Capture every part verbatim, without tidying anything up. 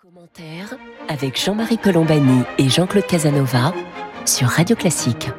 Commentaire avec Jean-Marie Colombani et Jean-Claude Casanova sur Radio Classique.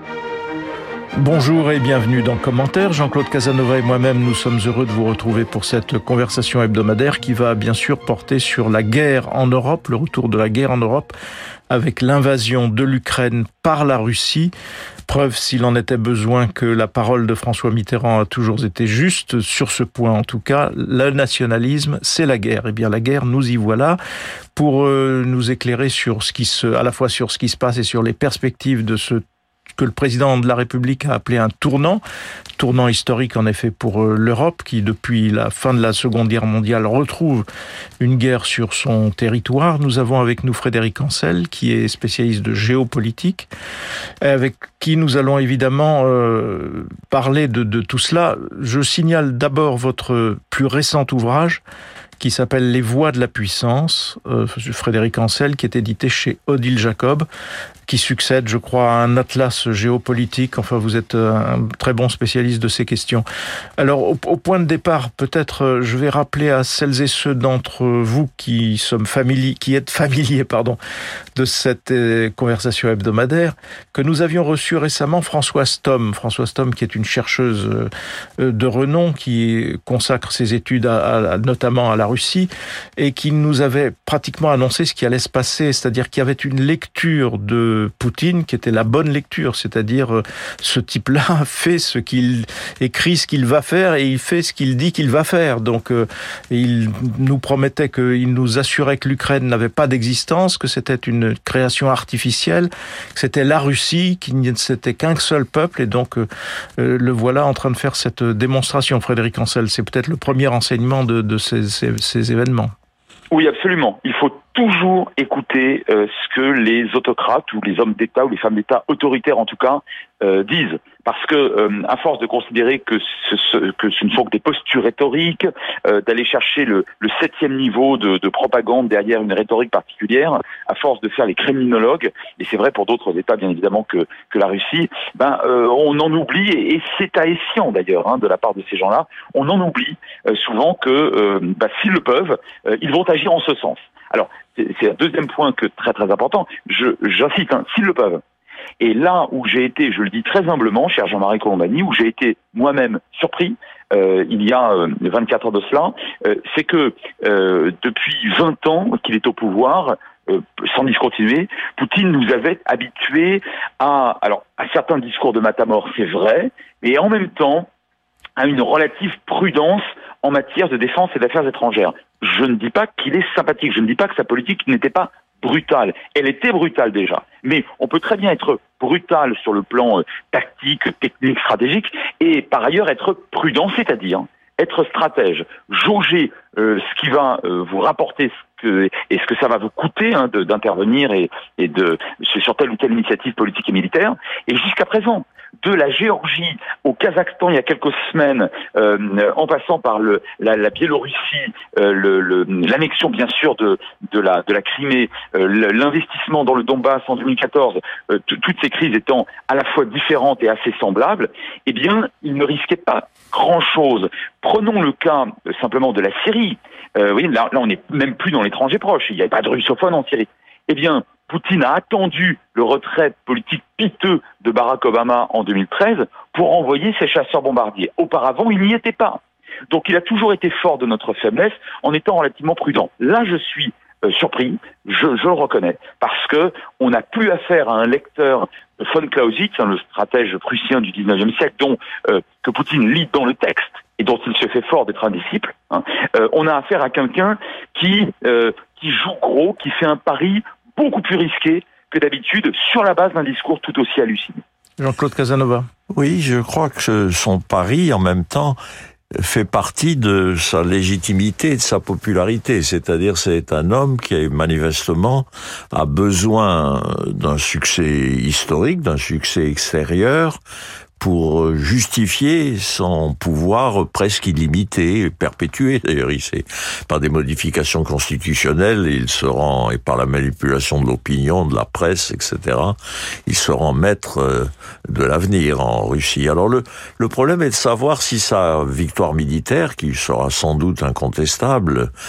Bonjour et bienvenue dans Commentaire. Jean-Claude Casanova et moi-même, nous sommes heureux de vous retrouver pour cette conversation hebdomadaire qui va bien sûr porter sur la guerre en Europe, le retour de la guerre en Europe avec l'invasion de l'Ukraine par la Russie. Preuve, s'il en était besoin, que la parole de François Mitterrand a toujours été juste sur ce point. En tout cas, le nationalisme, c'est la guerre. Eh bien, la guerre, nous y voilà pour euh, nous éclairer sur ce qui se, à la fois sur ce qui se passe et sur les perspectives de ce que le président de la République a appelé un tournant, tournant historique en effet pour l'Europe qui depuis la fin de la Seconde Guerre mondiale retrouve une guerre sur son territoire. Nous avons avec nous Frédéric Ancel qui est spécialiste de géopolitique, avec qui nous allons évidemment euh, parler de, de tout cela. Je signale d'abord votre plus récent ouvrage qui s'appelle Les Voies de la puissance, euh, Frédéric Ancel, qui est édité chez Odile Jacob, qui succède, je crois, à un atlas géopolitique. Enfin, vous êtes un très bon spécialiste de ces questions. Alors, au, au point de départ, peut-être, je vais rappeler à celles et ceux d'entre vous qui sommes familiers, qui êtes familiers, pardon, de cette euh, conversation hebdomadaire, que nous avions reçu récemment Françoise Thom. Françoise Thom, qui est une chercheuse euh, de renom, qui consacre ses études à, à, notamment à la Russie, et qui nous avait pratiquement annoncé ce qui allait se passer, c'est-à-dire qu'il y avait une lecture de Poutine qui était la bonne lecture, c'est-à-dire euh, ce type-là fait ce qu'il écrit, ce qu'il va faire, et il fait ce qu'il dit qu'il va faire. Donc euh, il nous promettait, qu'il nous assurait que l'Ukraine n'avait pas d'existence, que c'était une création artificielle, que c'était la Russie, qu'il ne c'était qu'un seul peuple, et donc euh, le voilà en train de faire cette démonstration. Frédéric Ancel, c'est peut-être le premier enseignement de, de ces, ces ces événements. Oui, absolument. Il faut toujours écouter euh, ce que les autocrates ou les hommes d'État ou les femmes d'État autoritaires en tout cas euh, disent, parce que euh, à force de considérer que ce, ce, que ce ne sont que des postures rhétoriques, euh, d'aller chercher le, le septième niveau de, de propagande derrière une rhétorique particulière, à force de faire les criminologues, et c'est vrai pour d'autres États bien évidemment que que la Russie, ben euh, on en oublie, et, et c'est ahiscant d'ailleurs hein, de la part de ces gens-là, on en oublie euh, souvent que euh, ben, s'ils le peuvent, euh, ils vont agir en ce sens. Alors, c'est un deuxième point que très très important, je j'insiste, hein, s'ils le peuvent. Et là où j'ai été, je le dis très humblement, cher Jean-Marie Colombani, où j'ai été moi-même surpris, euh, il y a euh, vingt-quatre heures de cela, euh, c'est que euh, depuis vingt ans qu'il est au pouvoir, euh, sans discontinuer, Poutine nous avait habitués à, alors, à certains discours de matamor, c'est vrai, mais en même temps, à une relative prudence en matière de défense et d'affaires étrangères. Je ne dis pas qu'il est sympathique, je ne dis pas que sa politique n'était pas brutale. Elle était brutale déjà. Mais on peut très bien être brutal sur le plan euh, tactique, technique, stratégique, et par ailleurs être prudent, c'est-à-dire être stratège, jauger euh, ce qui va euh, vous rapporter ce que, et ce que ça va vous coûter hein, de, d'intervenir et, et de sur telle ou telle initiative politique et militaire. Et jusqu'à présent, de la Géorgie au Kazakhstan il y a quelques semaines, euh, en passant par le, la, la Biélorussie, euh, le, le, l'annexion bien sûr de, de, la, de la Crimée, euh, l'investissement dans le Donbass en deux mille quatorze, euh, t- toutes ces crises étant à la fois différentes et assez semblables, eh bien, ils ne risquaient pas grand-chose. Prenons le cas euh, simplement de la Syrie. Euh, vous voyez, là, là, on n'est même plus dans l'étranger proche. Il n'y avait pas de russophone en Syrie. Eh bien, Poutine a attendu le retrait politique piteux de Barack Obama en deux mille treize pour envoyer ses chasseurs bombardiers. Auparavant, il n'y était pas. Donc il a toujours été fort de notre faiblesse en étant relativement prudent. Là, je suis euh, surpris, je, je le reconnais, parce que on n'a plus affaire à un lecteur de von Clausewitz, hein, le stratège prussien du dix-neuvième siècle, dont euh, que Poutine lit dans le texte et dont il se fait fort d'être un disciple. Hein. Euh, on a affaire à quelqu'un qui euh, qui joue gros, qui fait un pari beaucoup plus risqué que d'habitude, sur la base d'un discours tout aussi hallucinant. Jean-Claude Casanova. Oui, je crois que son pari, en même temps, fait partie de sa légitimité et de sa popularité. C'est-à-dire, c'est un homme qui, manifestement, a besoin d'un succès historique, d'un succès extérieur, pour justifier son pouvoir presque illimité, perpétué. D'ailleurs, il sait, par des modifications constitutionnelles, il se rend, et par la manipulation de l'opinion, de la presse, et cetera, il se rend maître de l'avenir en Russie. Alors le, le problème est de savoir si sa victoire militaire, qui sera sans doute incontestable,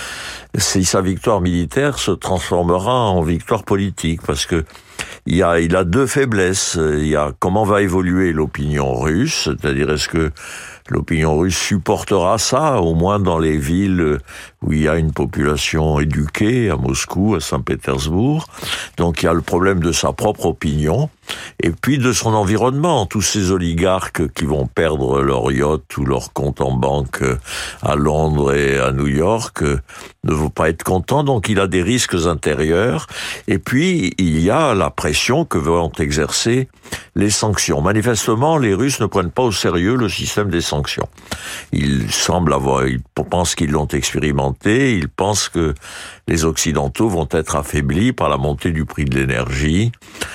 si sa victoire militaire se transformera en victoire politique, parce que il y a, il a deux faiblesses. Il y a comment va évoluer l'opinion russe, c'est-à-dire est-ce que l'opinion russe supportera ça, au moins dans les villes où il y a une population éduquée, à Moscou, à Saint-Pétersbourg. Donc il y a le problème de sa propre opinion, et puis de son environnement. Tous ces oligarques qui vont perdre leur yacht ou leur compte en banque à Londres et à New York ne vont pas être contents, donc il a des risques intérieurs. Et puis il y a la pression que vont exercer les sanctions. Manifestement, les Russes ne prennent pas au sérieux le système des sanctions. Ils semblent avoir, ils pensent qu'ils l'ont expérimenté, ils pensent que les Occidentaux vont être affaiblis par la montée du prix de l'énergie.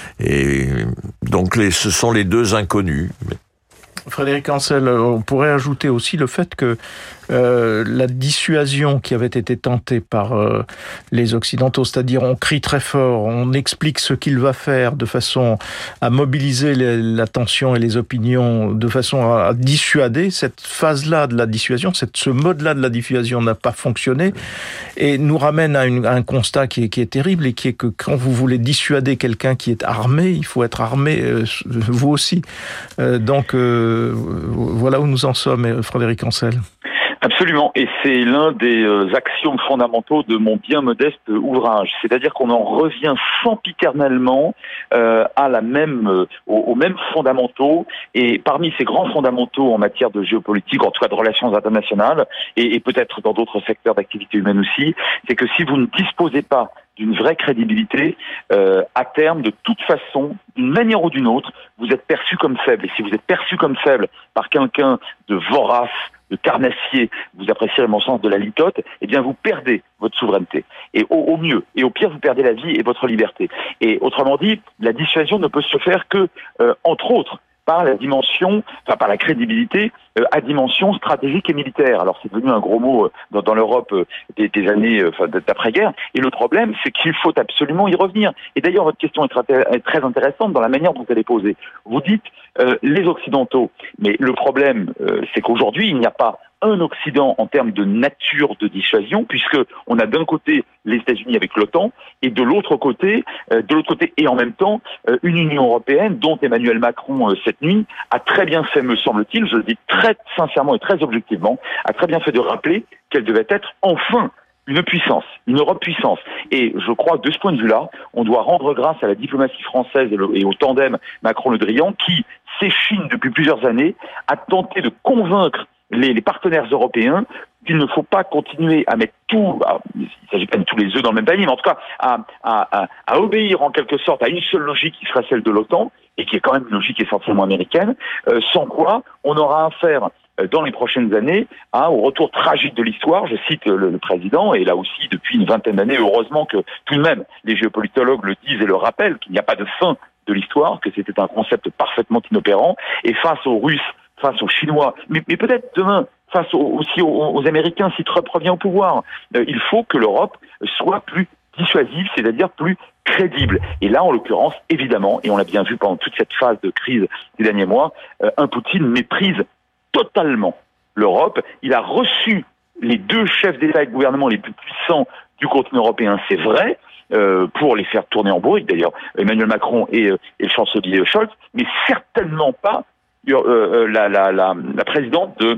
Et donc les, ce sont les deux inconnus. Frédéric Ancel, on pourrait ajouter aussi le fait que euh, la dissuasion qui avait été tentée par euh, les Occidentaux, c'est-à-dire on crie très fort, on explique ce qu'il va faire de façon à mobiliser les, l'attention et les opinions, de façon à, à dissuader, cette phase-là de la dissuasion, cette, ce mode-là de la dissuasion n'a pas fonctionné et nous ramène à, une, à un constat qui est, qui est terrible et qui est que quand vous voulez dissuader quelqu'un qui est armé, il faut être armé euh, vous aussi. Euh, donc euh, voilà où nous en sommes, Frédéric Ancel. Absolument, et c'est l'un des euh, axiomes fondamentaux de mon bien modeste ouvrage. C'est-à-dire qu'on en revient sempiternellement euh, à la même, euh, aux, aux mêmes fondamentaux. Et parmi ces grands fondamentaux en matière de géopolitique, en tout cas de relations internationales, et, et peut-être dans d'autres secteurs d'activité humaine aussi, c'est que si vous ne disposez pas d'une vraie crédibilité, euh, à terme, de toute façon, d'une manière ou d'une autre, vous êtes perçu comme faible. Et si vous êtes perçu comme faible par quelqu'un de vorace, de carnassier, vous apprécierez mon sens de la litote, eh bien vous perdez votre souveraineté. Et au, au mieux, et au pire, vous perdez la vie et votre liberté. Et autrement dit, la dissuasion ne peut se faire que, euh, entre autres, par la dimension, enfin par la crédibilité euh, à dimension stratégique et militaire. Alors c'est devenu un gros mot euh, dans, dans l'Europe euh, des, des années euh, enfin, d'après-guerre. Et le problème, c'est qu'il faut absolument y revenir. Et d'ailleurs, votre question est très, est très intéressante dans la manière dont elle est posée. Vous dites euh, les Occidentaux, mais le problème, euh, c'est qu'aujourd'hui, il n'y a pas un Occident en termes de nature de dissuasion, puisque on a d'un côté les États-Unis avec l'OTAN et de l'autre côté, euh, de l'autre côté et en même temps euh, une Union européenne dont Emmanuel Macron euh, cette nuit a très bien fait, me semble-t-il, je le dis très sincèrement et très objectivement, a très bien fait de rappeler qu'elle devait être enfin une puissance, une Europe puissance. Et je crois que de ce point de vue-là, on doit rendre grâce à la diplomatie française et, le, et au tandem Macron-Le Drian qui s'échine depuis plusieurs années à tenter de convaincre Les, les partenaires européens qu'il ne faut pas continuer à mettre tout, alors, il ne s'agit pas de tous les œufs dans le même panier, mais en tout cas à, à, à, à obéir en quelque sorte à une seule logique qui sera celle de l'OTAN, et qui est quand même une logique essentiellement américaine, euh, sans quoi on aura affaire euh, dans les prochaines années à, au retour tragique de l'histoire, je cite le, le président, et là aussi depuis une vingtaine d'années, heureusement que tout de même les géopolitologues le disent et le rappellent, qu'il n'y a pas de fin de l'histoire, que c'était un concept parfaitement inopérant, et face aux Russes, face aux Chinois, mais, mais peut-être demain, face aux, aussi aux, aux Américains, si Trump revient au pouvoir, euh, il faut que l'Europe soit plus dissuasive, c'est-à-dire plus crédible. Et là, en l'occurrence, évidemment, et on l'a bien vu pendant toute cette phase de crise des derniers mois, euh, un Poutine méprise totalement l'Europe. Il a reçu les deux chefs d'État et de gouvernement les plus puissants du continent européen, c'est vrai, euh, pour les faire tourner en bourrique, d'ailleurs, Emmanuel Macron et, euh, et le chancelier Scholz, mais certainement pas euh, euh, la, la, la, la présidente de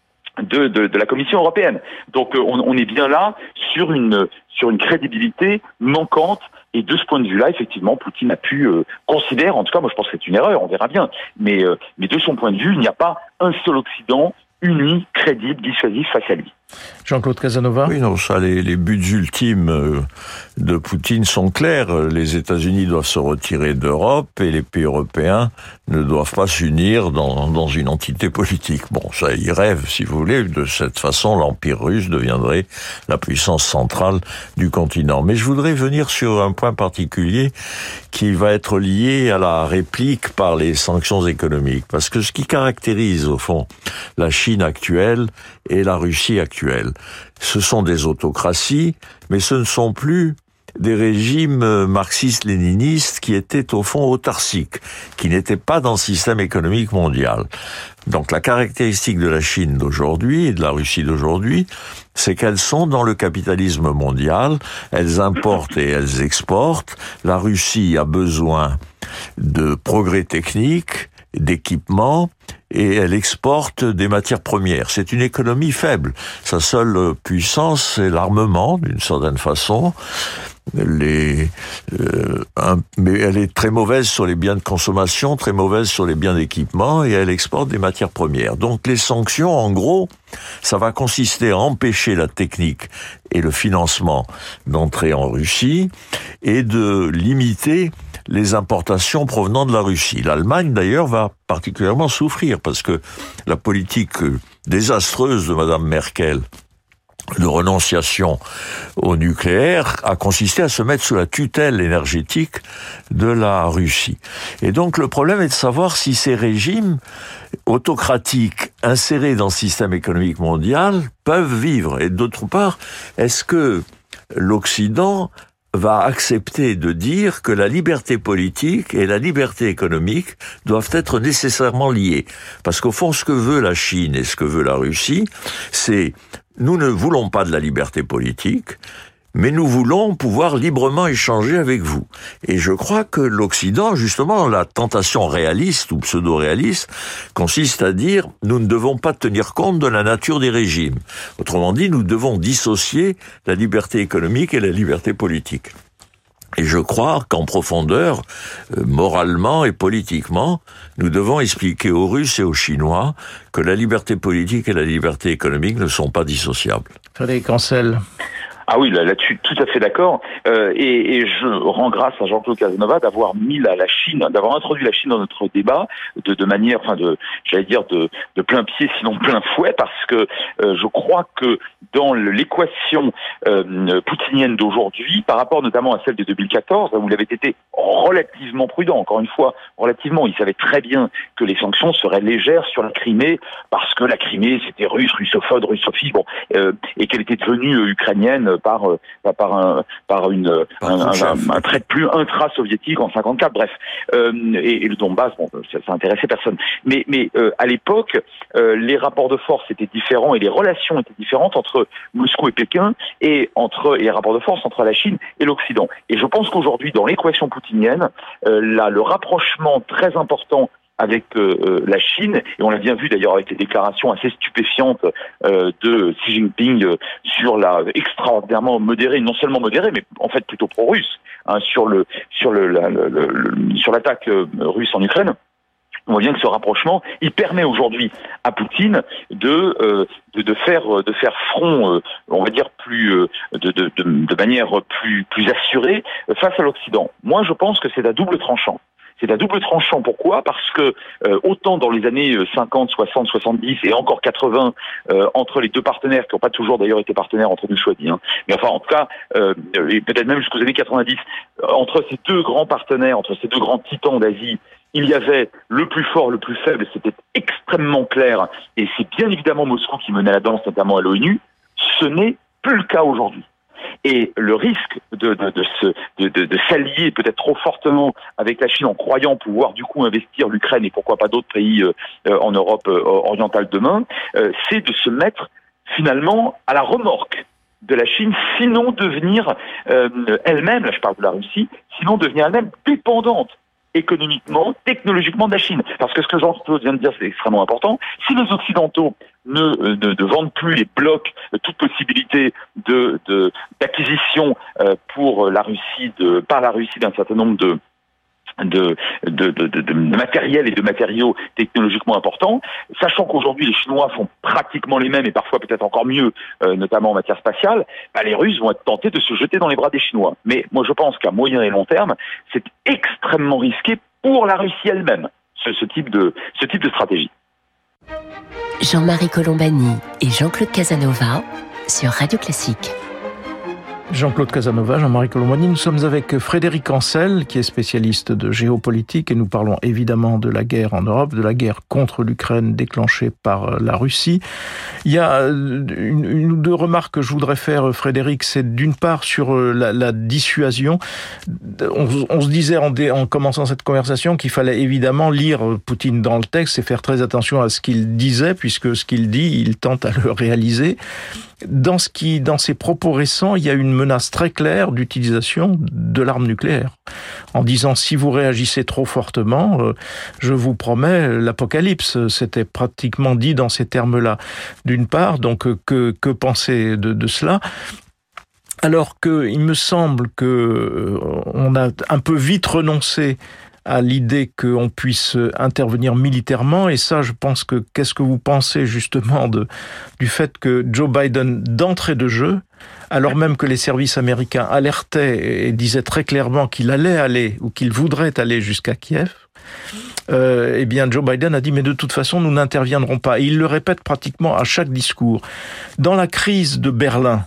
De, de, de la Commission européenne. Donc euh, on, on est bien là sur une sur une crédibilité manquante, et de ce point de vue-là, effectivement, Poutine a pu euh, considérer, en tout cas moi je pense que c'est une erreur, on verra bien, mais, euh, mais de son point de vue, il n'y a pas un seul Occident uni, crédible, dissuasif face à lui. Jean-Claude Casanova. Oui, non, ça, les, les buts ultimes de Poutine sont clairs. Les États-Unis doivent se retirer d'Europe et les pays européens ne doivent pas s'unir dans, dans une entité politique. Bon, ça, il rêve, si vous voulez. De cette façon, l'Empire russe deviendrait la puissance centrale du continent. Mais je voudrais venir sur un point particulier qui va être lié à la réplique par les sanctions économiques. Parce que ce qui caractérise, au fond, la Chine actuelle et la Russie actuelle, ce sont des autocraties, mais ce ne sont plus des régimes marxistes-léninistes qui étaient au fond autarciques, qui n'étaient pas dans le système économique mondial. Donc la caractéristique de la Chine d'aujourd'hui et de la Russie d'aujourd'hui, c'est qu'elles sont dans le capitalisme mondial, elles importent et elles exportent. La Russie a besoin de progrès techniques, d'équipements, et elle exporte des matières premières. C'est une économie faible. Sa seule puissance, c'est l'armement, d'une certaine façon. Les, euh, un, mais elle est très mauvaise sur les biens de consommation, très mauvaise sur les biens d'équipement, et elle exporte des matières premières. Donc les sanctions, en gros, ça va consister à empêcher la technique et le financement d'entrer en Russie, et de limiter les importations provenant de la Russie. L'Allemagne, d'ailleurs, va particulièrement souffrir, parce que la politique désastreuse de Madame Merkel de renonciation au nucléaire a consisté à se mettre sous la tutelle énergétique de la Russie. Et donc le problème est de savoir si ces régimes autocratiques insérés dans le système économique mondial peuvent vivre. Et d'autre part, est-ce que l'Occident va accepter de dire que la liberté politique et la liberté économique doivent être nécessairement liées? Parce qu'au fond, ce que veut la Chine et ce que veut la Russie, c'est: nous ne voulons pas de la liberté politique, mais nous voulons pouvoir librement échanger avec vous. Et je crois que l'Occident, justement, la tentation réaliste ou pseudo-réaliste, consiste à dire: nous ne devons pas tenir compte de la nature des régimes. Autrement dit, nous devons dissocier la liberté économique et la liberté politique. Et je crois qu'en profondeur, euh, moralement et politiquement, nous devons expliquer aux Russes et aux Chinois que la liberté politique et la liberté économique ne sont pas dissociables. Frédéric Ancel. Ah oui, là, là-dessus, tout à fait d'accord. Euh, et, et je rends grâce à Jean-Claude Casanova d'avoir mis la, la Chine, d'avoir introduit la Chine dans notre débat de, de manière, enfin, de, j'allais dire de, de plein pied, sinon plein fouet, parce que euh, je crois que dans l'équation euh, poutinienne d'aujourd'hui, par rapport notamment à celle de deux mille quatorze, où il avait été relativement prudent. Encore une fois, relativement, il savait très bien que les sanctions seraient légères sur la Crimée, parce que la Crimée, c'était russe, russophone, russophile, bon, euh, et qu'elle était devenue euh, ukrainienne par euh, par un par une par un, un, un, un trait de plus intra-soviétique en cinquante-quatre. Bref, euh, et, et le Donbass, bon, ça, ça intéressait personne. Mais mais euh, à l'époque, euh, les rapports de force étaient différents et les relations étaient différentes entre Moscou et Pékin, et entre et les rapports de force entre la Chine et l'Occident. Et je pense qu'aujourd'hui, dans l'équation poutinienne, euh, là, le rapprochement très important avec euh, la Chine, et on l'a bien vu d'ailleurs avec les déclarations assez stupéfiantes euh, de Xi Jinping euh, sur la extraordinairement modérée, non seulement modérée, mais en fait plutôt pro-russe, hein, sur le sur le, la, le, le, le sur l'attaque euh, russe en Ukraine. On voit bien que ce rapprochement, il permet aujourd'hui à Poutine de euh, de, de faire de faire front, euh, on va dire plus euh, de, de de de manière plus plus assurée face à l'Occident. Moi, je pense que c'est à double tranchant. C'est à double tranchant. Pourquoi ? Parce que euh, autant dans les années cinquante, soixante, soixante-dix et encore quatre-vingts, euh, entre les deux partenaires, qui n'ont pas toujours d'ailleurs été partenaires entre nous soit dit, hein, mais enfin en tout cas, euh, et peut-être même jusqu'aux années quatre-vingt-dix, euh, entre ces deux grands partenaires, entre ces deux grands titans d'Asie, il y avait le plus fort, le plus faible, c'était extrêmement clair, et c'est bien évidemment Moscou qui menait la danse, notamment à l'ONU. Ce n'est plus le cas aujourd'hui. Et le risque de, de, de, se, de, de, de s'allier peut-être trop fortement avec la Chine en croyant pouvoir du coup investir l'Ukraine et pourquoi pas d'autres pays euh, en Europe euh, orientale demain, euh, c'est de se mettre finalement à la remorque de la Chine, sinon devenir euh, elle-même, là je parle de la Russie, sinon devenir elle-même dépendante économiquement, technologiquement de la Chine. Parce que ce que Jean-Claude vient de dire, c'est extrêmement important. Si les Occidentaux ne, ne, ne vendent plus les blocs, toute possibilité de, de, d'acquisition euh, pour la Russie, de, par la Russie d'un certain nombre de De, de, de, de, de matériel et de matériaux technologiquement importants, sachant qu'aujourd'hui les Chinois font pratiquement les mêmes et parfois peut-être encore mieux, euh, notamment en matière spatiale, bah, les Russes vont être tentés de se jeter dans les bras des Chinois. Mais moi je pense qu'à moyen et long terme, c'est extrêmement risqué pour la Russie elle-même, ce, ce, type, de, ce type de stratégie. Jean-Marie Colombani et Jean-Claude Casanova sur Radio Classique. Jean-Claude Casanova, Jean-Marie Colombani, nous sommes avec Frédéric Ancel, qui est spécialiste de géopolitique, et nous parlons évidemment de la guerre en Europe, de la guerre contre l'Ukraine déclenchée par la Russie. Il y a une, une ou deux remarques que je voudrais faire, Frédéric, c'est d'une part sur la, la dissuasion. On, on se disait en, dé, en commençant cette conversation qu'il fallait évidemment lire Poutine dans le texte et faire très attention à ce qu'il disait, puisque ce qu'il dit, il tente à le réaliser. Dans ce qui, dans ses propos récents, il y a une menace très claire d'utilisation de l'arme nucléaire. En disant, si vous réagissez trop fortement, euh, je vous promets l'apocalypse. C'était pratiquement dit dans ces termes-là. D'une part, donc, que, que penser de, de cela ? Alors que, il me semble que euh, on a un peu vite renoncé à l'idée qu'on puisse intervenir militairement. Et ça, je pense que, qu'est-ce que vous pensez justement de, du fait que Joe Biden, d'entrée de jeu, alors même que les services américains alertaient et disaient très clairement qu'il allait aller ou qu'il voudrait aller jusqu'à Kiev, euh, eh bien Joe Biden a dit mais de toute façon nous n'interviendrons pas. Et il le répète pratiquement à chaque discours. Dans la crise de Berlin,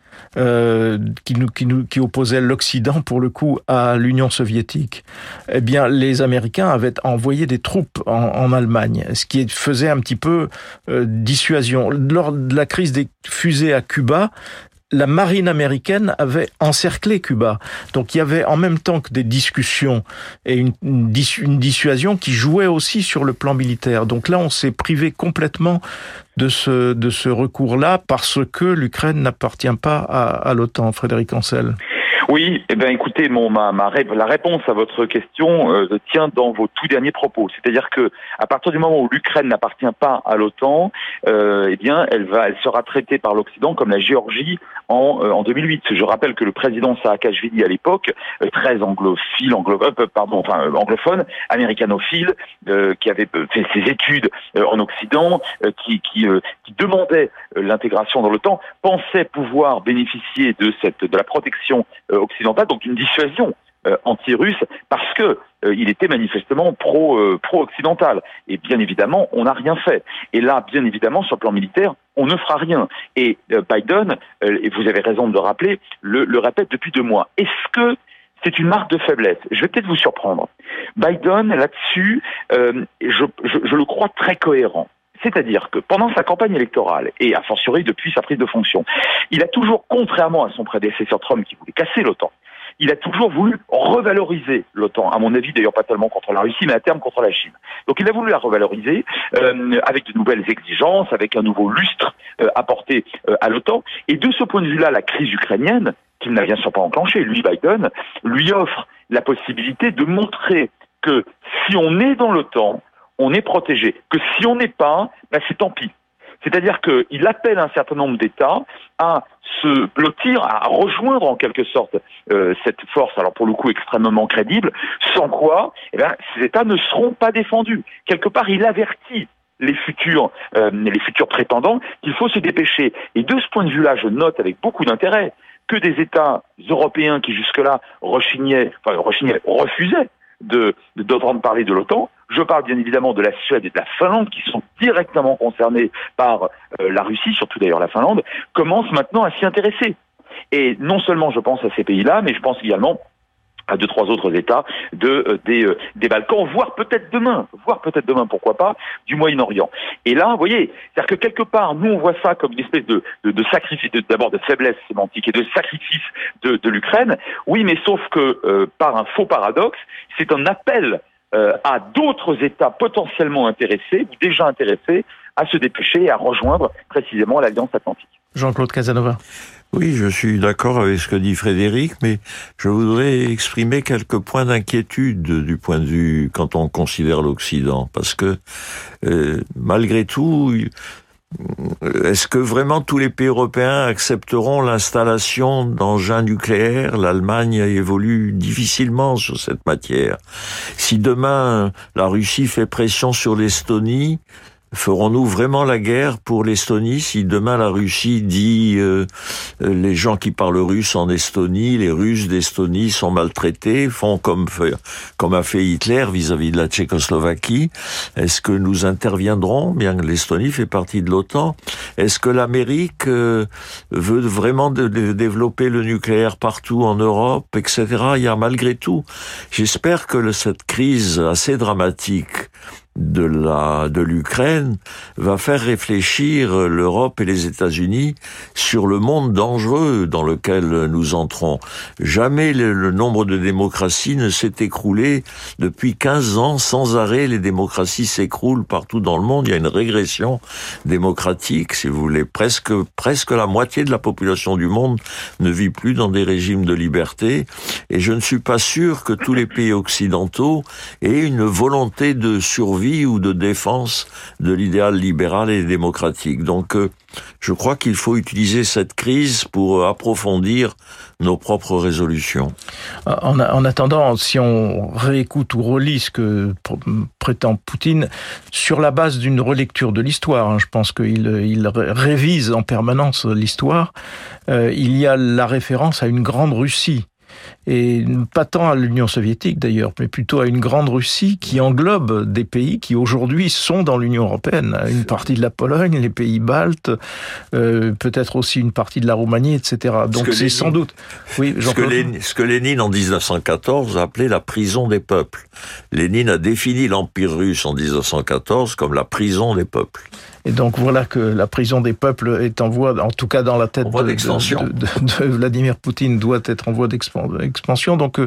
Euh, qui nous, qui nous, qui opposait l'Occident pour le coup à l'Union soviétique, eh bien les Américains avaient envoyé des troupes en, en Allemagne, ce qui faisait un petit peu euh, dissuasion. Lors de la crise des fusées à Cuba, la marine américaine avait encerclé Cuba. Donc il y avait en même temps que des discussions et une, une, une dissuasion qui jouait aussi sur le plan militaire. Donc là, on s'est privé complètement de ce, de ce recours-là parce que l'Ukraine n'appartient pas à, à l'OTAN. Frédéric Ancel. Oui, eh ben écoutez, mon, ma, ma, la réponse à votre question euh, tient dans vos tout derniers propos. C'est-à-dire que à partir du moment où l'Ukraine n'appartient pas à l'OTAN, euh, eh bien, elle va, elle sera traitée par l'Occident comme la Géorgie en, euh, en deux mille huit. Je rappelle que le président Saakashvili à l'époque, euh, très anglophile, anglo, euh, pardon, enfin euh, anglophone, américanophile, euh, qui avait fait ses études euh, en Occident, euh, qui, qui, euh, qui demandait euh, l'intégration dans l'OTAN, pensait pouvoir bénéficier de cette, de la protection euh, occidentale, donc d'une dissuasion euh, anti-russe, parce que euh, il était manifestement pro euh, pro-occidental. Et bien évidemment, on n'a rien fait. Et là, bien évidemment, sur le plan militaire, on ne fera rien. Et euh, Biden, euh, et vous avez raison de le rappeler, le, le répète depuis deux mois. Est-ce que c'est une marque de faiblesse? Je vais peut-être vous surprendre. Biden, là-dessus, euh, je, je, je le crois très cohérent. C'est-à-dire que pendant sa campagne électorale, et a fortiori depuis sa prise de fonction, il a toujours, contrairement à son prédécesseur Trump qui voulait casser l'OTAN, il a toujours voulu revaloriser l'OTAN, à mon avis d'ailleurs pas tellement contre la Russie, mais à terme contre la Chine. Donc il a voulu la revaloriser euh, avec de nouvelles exigences, avec un nouveau lustre euh, apporté euh, à l'OTAN. Et de ce point de vue-là, la crise ukrainienne, qu'il n'a bien sûr pas enclenchée, lui, Biden, lui offre la possibilité de montrer que si on est dans l'OTAN, on est protégé. Que si on n'est pas, ben c'est tant pis. C'est-à-dire qu'il appelle un certain nombre d'États à se blottir, à rejoindre en quelque sorte euh, cette force, alors pour le coup extrêmement crédible, sans quoi eh ben, ces États ne seront pas défendus. Quelque part, il avertit les futurs, euh, les futurs prétendants qu'il faut se dépêcher. Et de ce point de vue-là, je note avec beaucoup d'intérêt que des États européens qui jusque-là rechignaient, enfin rechignaient, refusaient de, de, d'entendre parler de l'OTAN. Je parle bien évidemment de la Suède et de la Finlande qui sont directement concernés par euh, la Russie, surtout d'ailleurs la Finlande, commencent maintenant à s'y intéresser. Et non seulement je pense à ces pays-là, mais je pense également à deux, trois autres États de, euh, des, euh, des Balkans, voire peut-être demain, voire peut-être demain, pourquoi pas, du Moyen-Orient. Et là, vous voyez, c'est-à-dire que quelque part, nous on voit ça comme une espèce de, de, de sacrifice, de, d'abord de faiblesse sémantique et de sacrifice de, de l'Ukraine. Oui, mais sauf que euh, par un faux paradoxe, c'est un appel euh, à d'autres États potentiellement intéressés ou déjà intéressés à se dépêcher et à rejoindre précisément l'Alliance Atlantique. Jean-Claude Casanova. Oui, je suis d'accord avec ce que dit Frédéric, mais je voudrais exprimer quelques points d'inquiétude du point de vue quand on considère l'Occident, parce que euh, malgré tout, est-ce que vraiment tous les pays européens accepteront l'installation d'engins nucléaires? L'Allemagne évolue difficilement sur cette matière. Si demain la Russie fait pression sur l'Estonie, Ferons-nous vraiment la guerre pour l'Estonie si demain la Russie dit euh, les gens qui parlent russe en Estonie, les Russes d'Estonie sont maltraités, font comme fait, comme a fait Hitler vis-à-vis de la Tchécoslovaquie? Est-ce que nous interviendrons, bien que l'Estonie fait partie de l'OTAN? Est-ce que l'Amérique euh, veut vraiment de, de développer le nucléaire partout en Europe, et cetera? Il y a malgré tout, j'espère que le, cette crise assez dramatique de la de l'Ukraine va faire réfléchir l'Europe et les États-Unis sur le monde dangereux dans lequel nous entrons. Jamais le, le nombre de démocraties ne s'est écroulé depuis quinze ans sans arrêt. Les démocraties s'écroulent partout dans le monde. Il y a une régression démocratique, si vous voulez. Presque presque la moitié de la population du monde ne vit plus dans des régimes de liberté. Et je ne suis pas sûr que tous les pays occidentaux aient une volonté de survie ou de défense de l'idéal libéral et démocratique. Donc, euh, je crois qu'il faut utiliser cette crise pour approfondir nos propres résolutions. En, en attendant, si on réécoute ou relit ce que prétend Poutine, sur la base d'une relecture de l'histoire, hein, je pense qu'il il révise en permanence l'histoire, euh, il y a la référence à une grande Russie. Et pas tant à l'Union soviétique d'ailleurs, mais plutôt à une grande Russie qui englobe des pays qui aujourd'hui sont dans l'Union européenne. Une partie de la Pologne, les pays baltes, euh, peut-être aussi une partie de la Roumanie, et cetera. Donc c'est Lénine, sans doute... Oui, ce, que Lénine, ce que Lénine en dix-neuf cent quatorze appelait la prison des peuples. Lénine a défini l'Empire russe en dix-neuf cent quatorze comme la prison des peuples. Et donc voilà que la prison des peuples est en voie, en tout cas dans la tête de, de, de, de Vladimir Poutine, doit être en voie d'expansion. Donc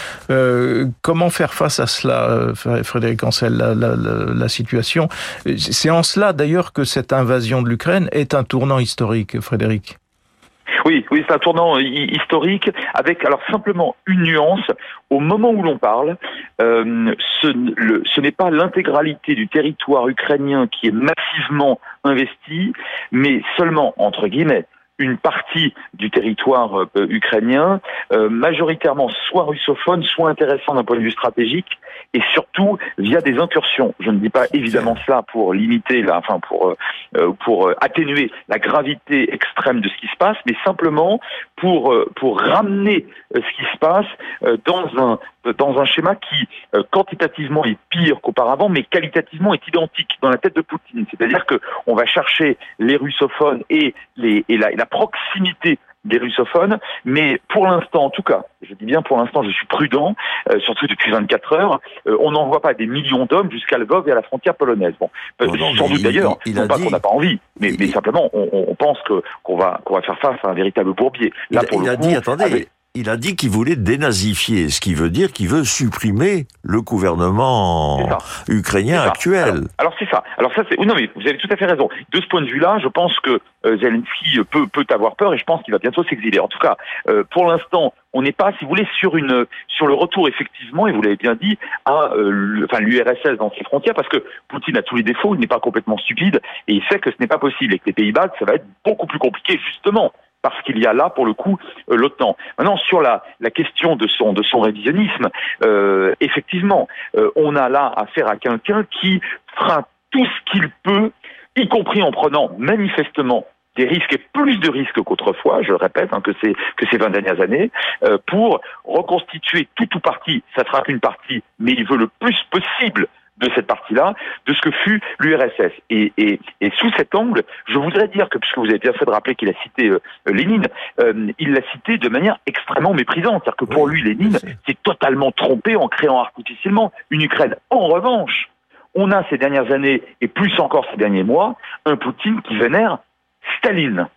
euh, comment faire face à cela, Frédéric Ancel, la, la, la, la situation? C'est en cela d'ailleurs que cette invasion de l'Ukraine est un tournant historique, Frédéric. Oui, oui, c'est un tournant historique avec alors simplement une nuance. Au moment où l'on parle, euh, ce, le, ce n'est pas l'intégralité du territoire ukrainien qui est massivement investi, mais seulement, entre guillemets, une partie du territoire euh, ukrainien, euh, majoritairement soit russophone, soit intéressant d'un point de vue stratégique, et surtout via des incursions. Je ne dis pas évidemment cela pour limiter, la, enfin pour euh, pour atténuer la gravité extrême de ce qui se passe, mais simplement pour euh, pour ramener euh, ce qui se passe euh, dans un dans un schéma qui euh, quantitativement est pire qu'auparavant, mais qualitativement est identique dans la tête de Poutine. C'est-à-dire que on va chercher les russophones et les et la, et la proximité des russophones, mais pour l'instant, en tout cas, je dis bien pour l'instant, je suis prudent, euh, surtout depuis vingt-quatre heures, euh, on n'envoie pas des millions d'hommes jusqu'à Lvov et à la frontière polonaise. Bon, euh, oh non, sans doute il, d'ailleurs, il, il non pas dit... qu'on n'a pas envie, mais, il, mais simplement, on, on pense que qu'on va qu'on va faire face à un véritable bourbier. Là, il, pour il le a coup, dit, attendez. Avec... Il a dit qu'il voulait dénazifier, ce qui veut dire qu'il veut supprimer le gouvernement ukrainien actuel. Alors, alors c'est ça. Alors ça, c'est. Non, mais vous avez tout à fait raison. De ce point de vue-là, je pense que euh, Zelensky peut peut avoir peur et je pense qu'il va bientôt s'exiler. En tout cas, euh, pour l'instant, on n'est pas, si vous voulez, sur une sur le retour effectivement, et vous l'avez bien dit, à euh, enfin l'U R S S dans ses frontières, parce que Poutine a tous les défauts, il n'est pas complètement stupide et il sait que ce n'est pas possible et que les pays baltes, ça va être beaucoup plus compliqué justement. Parce qu'il y a là, pour le coup, euh, l'OTAN. Maintenant, sur la, la question de son, de son révisionnisme, euh, effectivement, euh, on a là affaire à quelqu'un qui fera tout ce qu'il peut, y compris en prenant manifestement des risques et plus de risques qu'autrefois, je le répète, hein, que ces que ces vingt dernières années, euh, pour reconstituer tout ou partie, ça sera qu'une partie, mais il veut le plus possible de cette partie-là, de ce que fut l'U R S S. Et, et, et sous cet angle, je voudrais dire que, puisque vous avez bien fait de rappeler qu'il a cité euh, Lénine, euh, il l'a cité de manière extrêmement méprisante. C'est-à-dire que pour lui, Lénine s'est totalement trompé en créant artificiellement une Ukraine. En revanche, on a ces dernières années, et plus encore ces derniers mois, un Poutine qui vénère Staline.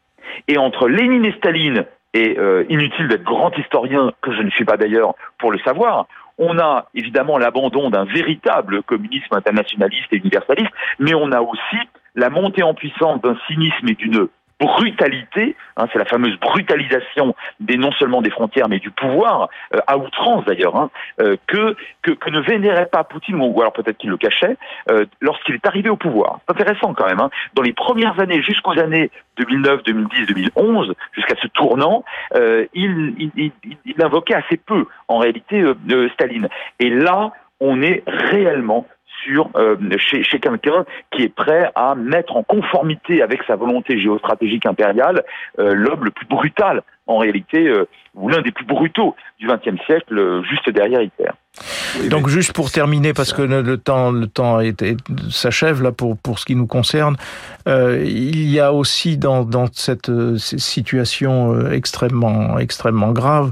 Et entre Lénine et Staline, et euh, inutile d'être grand historien, que je ne suis pas d'ailleurs pour le savoir, on a évidemment l'abandon d'un véritable communisme internationaliste et universaliste, mais on a aussi la montée en puissance d'un cynisme et d'une brutalité, hein, c'est la fameuse brutalisation des non seulement des frontières mais du pouvoir, euh, à outrance d'ailleurs, hein, euh, que, que que ne vénérait pas Poutine, ou alors peut-être qu'il le cachait, euh, lorsqu'il est arrivé au pouvoir. C'est intéressant quand même. Hein. Dans les premières années, jusqu'aux années deux mille neuf, deux mille dix, deux mille onze, jusqu'à ce tournant, euh, il, il, il, il invoquait assez peu, en réalité, euh, euh, Staline. Et là, on est réellement sur euh, chez, chez quelqu'un qui est prêt à mettre en conformité avec sa volonté géostratégique impériale euh, l'homme le plus brutal, en réalité, euh, ou l'un des plus brutaux du vingtième siècle, euh, juste derrière Hitler. Oui, donc juste pour terminer, parce que le temps, le temps est, est, s'achève là pour pour ce qui nous concerne, euh, il y a aussi dans dans cette situation extrêmement extrêmement grave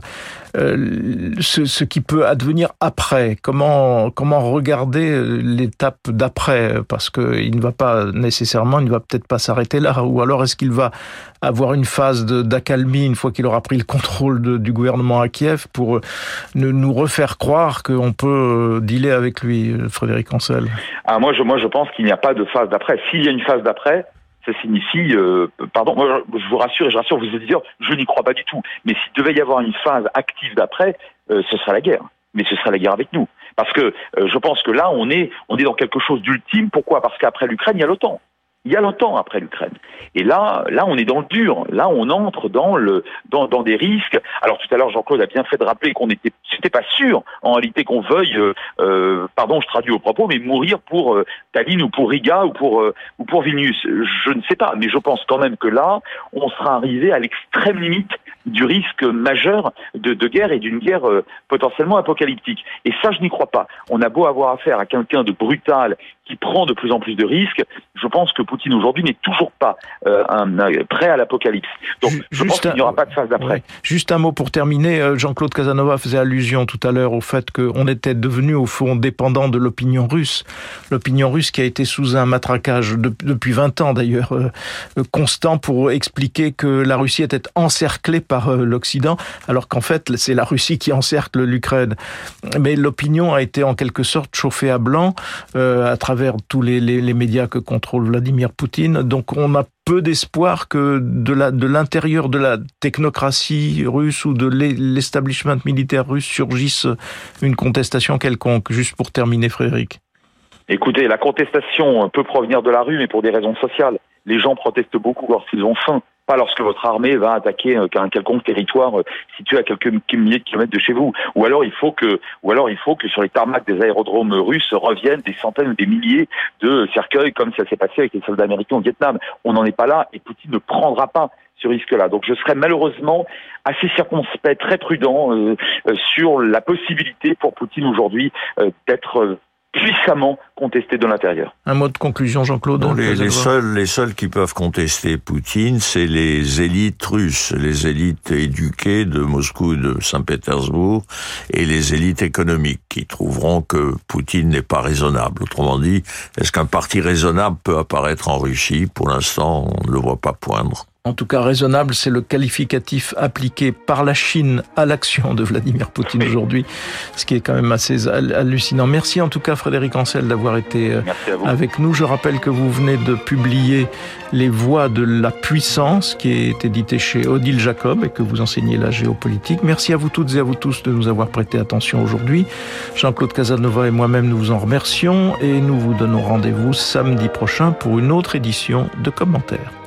euh, ce, ce qui peut advenir après. Comment comment regarder l'étape d'après, parce que il ne va pas nécessairement, il ne va peut-être pas s'arrêter là, ou alors est-ce qu'il va avoir une phase de, d'accalmie une fois qu'il aura pris le contrôle de, du gouvernement à Kiev pour ne, nous refaire croire qu'on peut dealer avec lui, Frédéric Ancel? Ah, moi, je, moi, je pense qu'il n'y a pas de phase d'après. S'il y a une phase d'après, ça signifie, euh, pardon, moi, je vous rassure et je rassure vos auditeurs, je n'y crois pas du tout. Mais s'il devait y avoir une phase active d'après, euh, ce serait la guerre. Mais ce serait la guerre avec nous. Parce que euh, je pense que là, on est, on est dans quelque chose d'ultime. Pourquoi? Parce qu'après l'Ukraine, il y a l'OTAN. Il y a longtemps après l'Ukraine. Et là, là, on est dans le dur. Là, on entre dans le, dans, dans des risques. Alors tout à l'heure, Jean-Claude a bien fait de rappeler qu'on était, c'était pas sûr, en réalité, qu'on veuille, euh, euh, pardon, je traduis au propos, mais mourir pour euh, Tallinn ou pour Riga ou pour euh, ou pour Vilnius. Je ne sais pas, mais je pense quand même que là, on sera arrivé à l'extrême limite du risque majeur de, de guerre et d'une guerre euh, potentiellement apocalyptique. Et ça, je n'y crois pas. On a beau avoir affaire à quelqu'un de brutal qui prend de plus en plus de risques, je pense que Poutine aujourd'hui n'est toujours pas euh, un, un, prêt à l'apocalypse. Donc Juste je pense qu'il n'y aura pas de phase d'après. Ouais. Juste un mot pour terminer. Jean-Claude Casanova faisait allusion tout à l'heure au fait qu'on était devenu au fond dépendant de l'opinion russe. L'opinion russe qui a été sous un matraquage de, depuis vingt ans d'ailleurs, euh, constant pour expliquer que la Russie était encerclée par euh, l'Occident, alors qu'en fait c'est la Russie qui encercle l'Ukraine. Mais l'opinion a été en quelque sorte chauffée à blanc euh, à travers travers tous les, les, les médias que contrôle Vladimir Poutine. Donc on a peu d'espoir que de, la, de l'intérieur de la technocratie russe ou de l'establishment militaire russe surgisse une contestation quelconque. Juste pour terminer, Frédéric. Écoutez, la contestation peut provenir de la rue, mais pour des raisons sociales. Les gens protestent beaucoup lorsqu'ils ont faim. Pas lorsque votre armée va attaquer un quelconque territoire situé à quelques milliers de kilomètres de chez vous. Ou alors il faut que, ou alors il faut que sur les tarmacs des aérodromes russes reviennent des centaines ou des milliers de cercueils, comme ça s'est passé avec les soldats américains au Vietnam. On n'en est pas là et Poutine ne prendra pas ce risque-là. Donc je serais malheureusement assez circonspect, très prudent euh, euh, sur la possibilité pour Poutine aujourd'hui euh, d'être euh, puissamment contesté de l'intérieur. Un mot de conclusion, Jean-Claude. Non, les, les seuls, les seuls qui peuvent contester Poutine, c'est les élites russes, les élites éduquées de Moscou et de Saint-Pétersbourg, et les élites économiques qui trouveront que Poutine n'est pas raisonnable. Autrement dit, est-ce qu'un parti raisonnable peut apparaître en Russie? Pour l'instant, on ne le voit pas poindre. En tout cas, raisonnable, c'est le qualificatif appliqué par la Chine à l'action de Vladimir Poutine aujourd'hui, ce qui est quand même assez hallucinant. Merci en tout cas, Frédéric Ancel, d'avoir été avec nous. Je rappelle que vous venez de publier Les Voies de la puissance, qui est édité chez Odile Jacob et que vous enseignez la géopolitique. Merci à vous toutes et à vous tous de nous avoir prêté attention aujourd'hui. Jean-Claude Casanova et moi-même, nous vous en remercions et nous vous donnons rendez-vous samedi prochain pour une autre édition de Commentaires.